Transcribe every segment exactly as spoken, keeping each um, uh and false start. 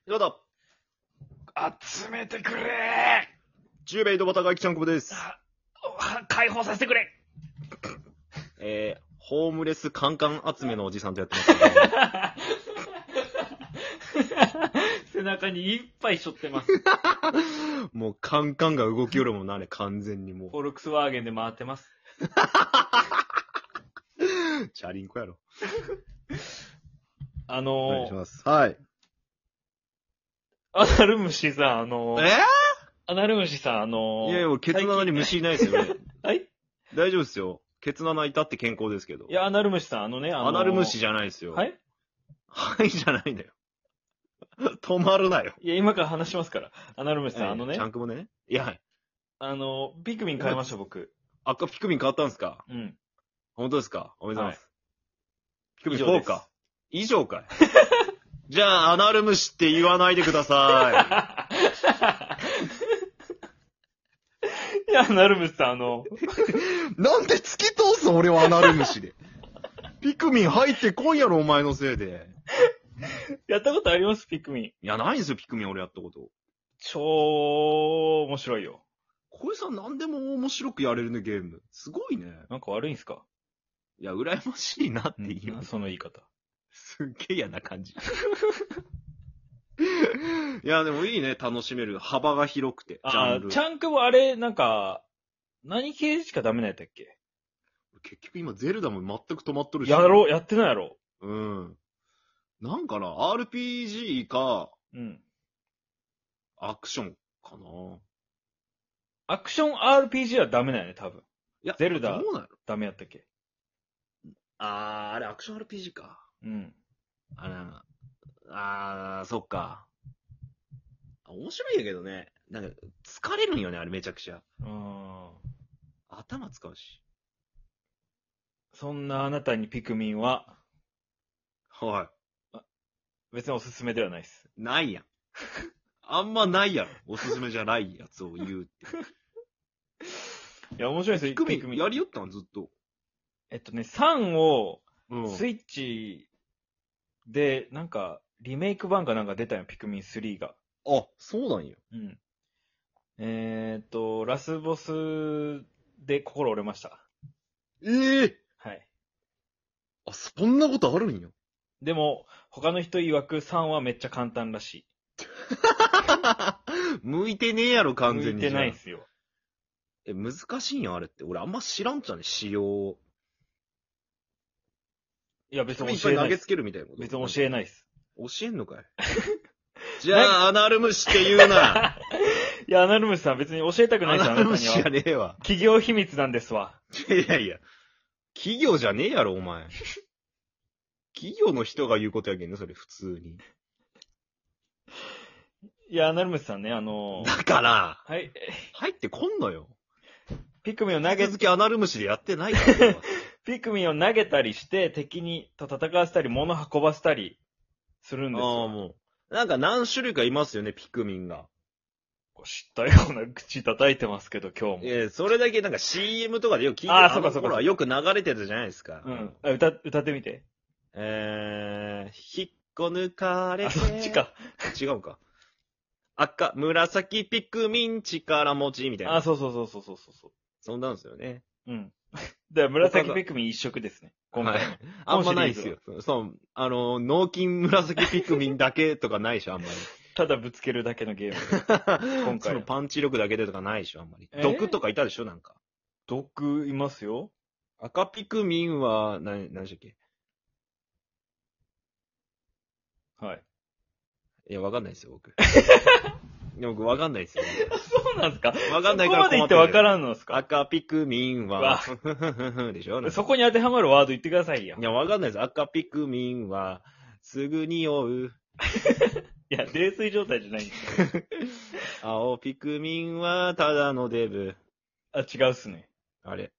やだ。 集めてくれジューベイドバタガキちゃんこぶです。 あ解放させてくれえー、ホームレスカンカン集めのおじさんとやってます、ね。 背中にいっぱい背負ってます。 もうカンカンが動きよるもんな、ね、完全にもう。 フォルクスワーゲンで回ってます。 チャリンコやろ。 あのー、 お願いします。はい。 アナルムシさん、あのー、 えアナルムシさん、あのー、いやいや、ケツナナに虫いないですよね。 はい大丈夫ですよ。ケツナナいたって健康ですけど。 いや、アナルムシさん、あのね、あのー、 アナルムシじゃないですよ。 はいはいじゃないんだよ。止まるなよ。 いや、今から話しますから。アナルムシさん、 えー、 あのね。 チャンクもね。いや、 あの、ピクミン買いました、僕。 赤ピクミン変わったんですか？ うん。 本当ですか？おめでとうございます。はい、ピクミンよんフォーか。以上かい。じゃあ、アナルムシって言わないでください。いや、アナルムシさん、あの。 なんで突き通す俺はアナルムシで。ピクミン入ってこんやろ、お前のせいで。 やったことありますピクミン。いや、ないですよ、ピクミン俺やったこと。 超面白いよ。 小江さん何でも面白くやれるね、ゲーム。すごいね。 なんか悪いんすか？ いや、羨ましいなって言う。 その言い方。 すっげえ嫌な感じ。いや、でもいいね、楽しめる。幅が広くて。 ジャンル。チャンクもあれ、なんか、何系しかダメなやったっけ？ 結局今ゼルダも全く止まっとるし。 やろう、やってないやろ。 うん。なんかな、アールピージー か、 うん。 アクションかな。 アクション アールピージー はダメだよね、多分。 いや、 ゼルダ、 どうなの？ ダメやったっけ？ あー、あれアクション アールピージー か。 うん。あら、あー、そっか。面白いんやけどね。なんか、疲れるんよね、あれめちゃくちゃ。 うん。 頭使うし。 そんなあなたにピクミンは、 はい。 別におすすめではないです。 ないやん。あんまないやろ。おすすめじゃないやつを言うって。 いや、面白いですよ、 ピクミン。ピクミンやりよったんずっと。 えっとね、さんを、 うん、 スイッチで、なんか、リメイク版かなんか出たよ、ピクミンスリーが。 あ、そうなんや。 うん。えー、っと、ラスボスで心折れました。 ええー、 はい。 あ、そんなことあるんや。 でも、他の人曰くさんはめっちゃ簡単らしい。 向いてねえやろ、完全に。 向いてないっすよ。 え、難しいんや、あれって。俺あんま知らんじゃね、仕様。 いや、別に教えない。いっぱい投げつけるみたいなこと。 別に教えないっす。 教えんのかい。じゃあ、アナルムシって言うな。 いや、アナルムシさん別に教えたくないですよ、 アナルムシじゃねえわ。 企業秘密なんですわ。 いやいや。企業じゃねえやろ、お前。企業の人が言うことやけんね、それ、普通に。 いや、アナルムシさんね、あのー、 だから、 はい。 入ってこんのよ。 ピクミンを投げ、 続きアナルムシでやってないから。 ピクミンを投げたりして、敵にと戦わせたり、物運ばせたりするんですよ。 ああ、もう。なんか何種類かいますよね、ピクミンが。 知ったような口叩いてますけど、今日も。 ええ、それだけなんか シーエム とかでよく聞いてああ、そうかそうか。 はよく流れてたじゃないですか。 うん。あ、歌、歌ってみて。 えー、引っこ抜かれて。 あ、そっちか。 違うか。赤、紫ピクミン力持ちみたいな。 あ、そうそうそうそうそうそう。 そんなんですよね。 うん。で、紫ピクミン一色ですね。今回。はい、 あんまないですよ。そう、あの、脳筋紫ピクミンだけとかないでしょ、あんまり。 ただぶつけるだけのゲーム。今回。 そのパンチ力だけでとかないでしょ、あんまり。毒とかいたでしょ、なんか。 毒いますよ。 赤ピクミンは、な、何でしたっけ？ はい。 いや、わかんないですよ、僕。いや、僕わかんないですよ。 そうなんですか？ わかんないから困ってる。そこまで言ってわからんのですか？ 赤ピクミンは、でしょ？ そこに当てはまるワード言ってくださいよ。 いや、わかんないです。赤ピクミンは、すぐに酔う。 いや、泥酔状態じゃないんですよ。 青ピクミンは、ただのデブ。 あ、違うっすね。 あれ。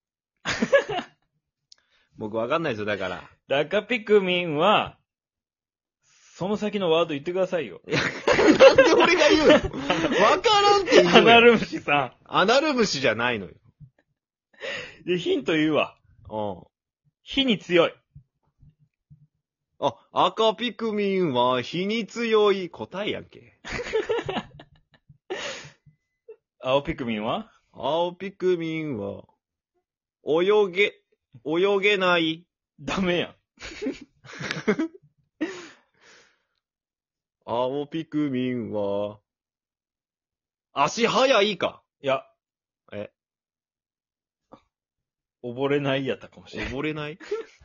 僕わかんないですよ、だから。 赤ピクミンは、その先のワード言ってくださいよ。 なんで俺が言うの？わからんって言うのよ。 アナルムシさん。 アナルムシじゃないのよ。 で、ヒント言うわ。 うん。 火に強い。 あ、赤ピクミンは火に強い答えやんけ。 青ピクミンは青ピクミンは、泳げ、泳げない。 ダメやん。 青ピクミンは、足速いか。 いや。 え溺れないやったかもしれない。 溺れない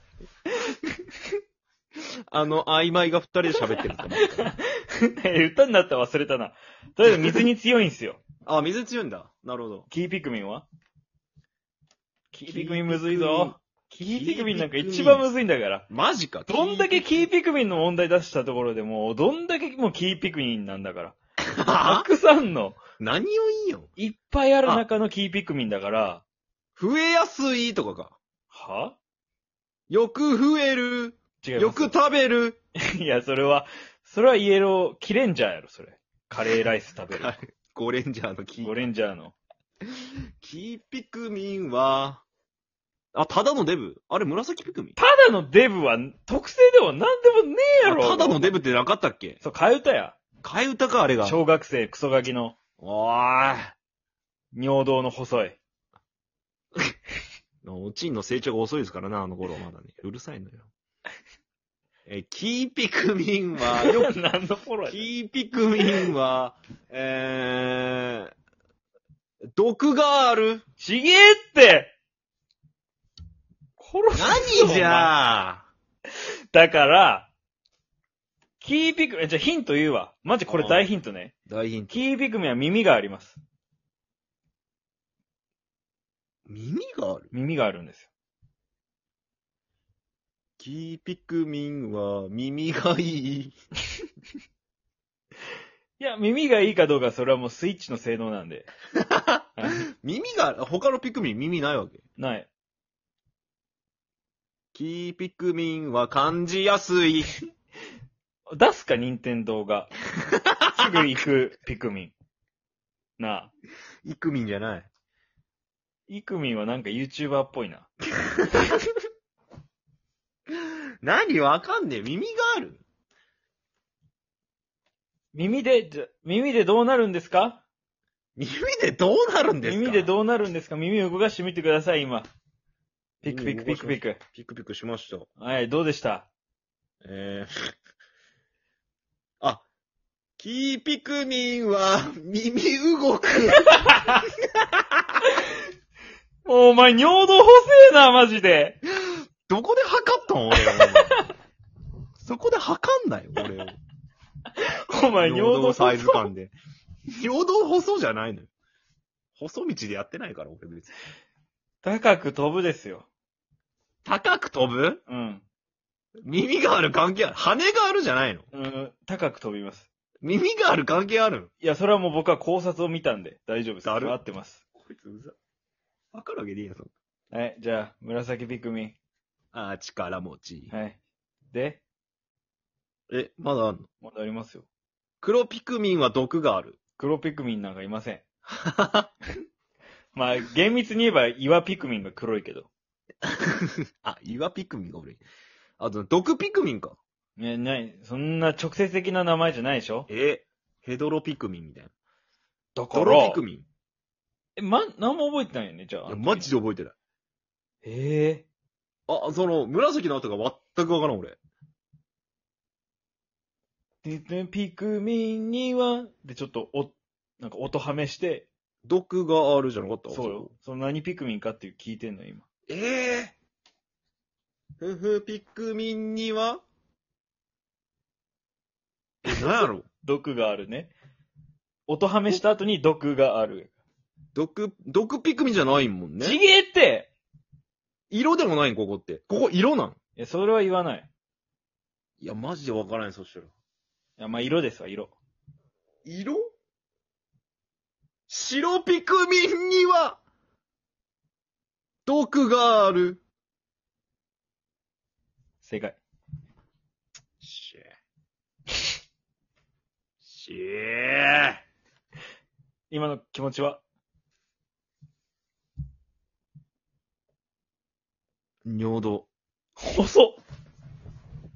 あの、曖昧が二人で喋ってるんですか歌になったら忘れたな。とりあえず水に強いんすよ。 あ、水強いんだ。なるほど。 キーピクミンはキーピクミンキーピクミンむずいぞ。キーピクミンなんか一番むずいんだから。 マジか。 どんだけキーピクミンの問題出したところでもう、どんだけもうキーピクミンなんだから。たくさんの、 何を言いよ。 いっぱいある中のキーピクミンだから。 増えやすいとかか。 はよく増える。 違います。 よく食べる。 いや、それは、それはイエロー、キレンジャーやろ、それ。カレーライス食べる。 ゴレンジャーのキー。 ゴレンジャーの。 キーピクミンは、あ、ただのデブ。あれ、紫ピクミン。 ただのデブは、特性では何でもねえやろ。 ただのデブってなかったっけ？ そう、替え歌や。 替え歌か、あれが。 小学生、クソガキの。 おーい。 尿道の細い。 おちんの成長が遅いですからな、あの頃はまだね。うるさいのよ。え、キーピクミンは、よく、 何のフォローや。 キーピクミンは、えー、毒がある。 ちげえって殺す何じゃあ。 だから、キーピクミン、じゃあヒント言うわ。マジこれ大ヒントね。 大ヒント。 キーピクミンは耳があります。 耳がある？ 耳があるんですよ。 キーピクミンは耳がいい。 いや、耳がいいかどうかそれはもうスイッチの性能なんで。 耳が、他のピクミン耳ないわけ？ ない。 キーピクミンは感じやすい。 出すか、任天堂が。すぐ行くピクミン。なあ。 イクミンじゃない。 イクミンはなんか YouTuber っぽいな。 何わかんねえ。耳がある？ 耳で、じゃ、耳でどうなるんですか？ 耳でどうなるんですか？ 耳でどうなるんですか？耳を動かしてみてください、今。ピクピクピクピク。 ピクピクしました。 はい、どうでした？ えー、あ、キーピクミンは耳動く。 もうお前尿道細えな、マジで。 どこで測ったん俺を。そこで測んないよ、俺を。 お前尿道サイズ感で。尿道細じゃないのよ。細道でやってないから、俺別に。 高く飛ぶですよ。 高く飛ぶ？ うん。 耳がある関係ある？羽があるじゃないの？ うん、高く飛びます。 耳がある関係あるの？ いや、それはもう僕は考察を見たんで、大丈夫です。 だる合ってます。 こいつうざ。わかるわけでいいや、そんはい、じゃあ、紫ピクミン。 な。あー、力持ち。 はい。で、 え、まだあんの？ まだありますよ。 黒ピクミンは毒がある。 黒ピクミンなんかいません。まあ、厳密に言えば岩ピクミンが黒いけど。 あ、岩ピクミンが俺。あと、毒ピクミンか。 ね、ない、そんな直接的な名前じゃないでしょ？ え、ヘドロピクミンみたいな。 だかドロらピクミン。 え、ま、なんも覚えてないよね、じゃあ。 いや、マジで覚えてない。 へえ。 あ、その、紫の後が全くわからん、俺。 で、でピクミンには、で、ちょっと、お、なんか音はめして、 毒があるじゃなかった？ そうよ。その何ピクミンかっていう聞いてんの、今。 ええー。ふふ、ピクミンにはえ、なんやろ？ 毒があるね。音はめした後に毒がある。 毒、毒ピクミンじゃないもんね。 ちげえって！ 色でもないん、ここって。ここ色なん？ いや、それは言わない。 いや、マジでわからん、そしたら。 いや、まあ、色ですわ、色。 色？白ピクミンには、毒がある。 正解。 しぇ。しぇ。 今の気持ちは？ 尿道。 細っ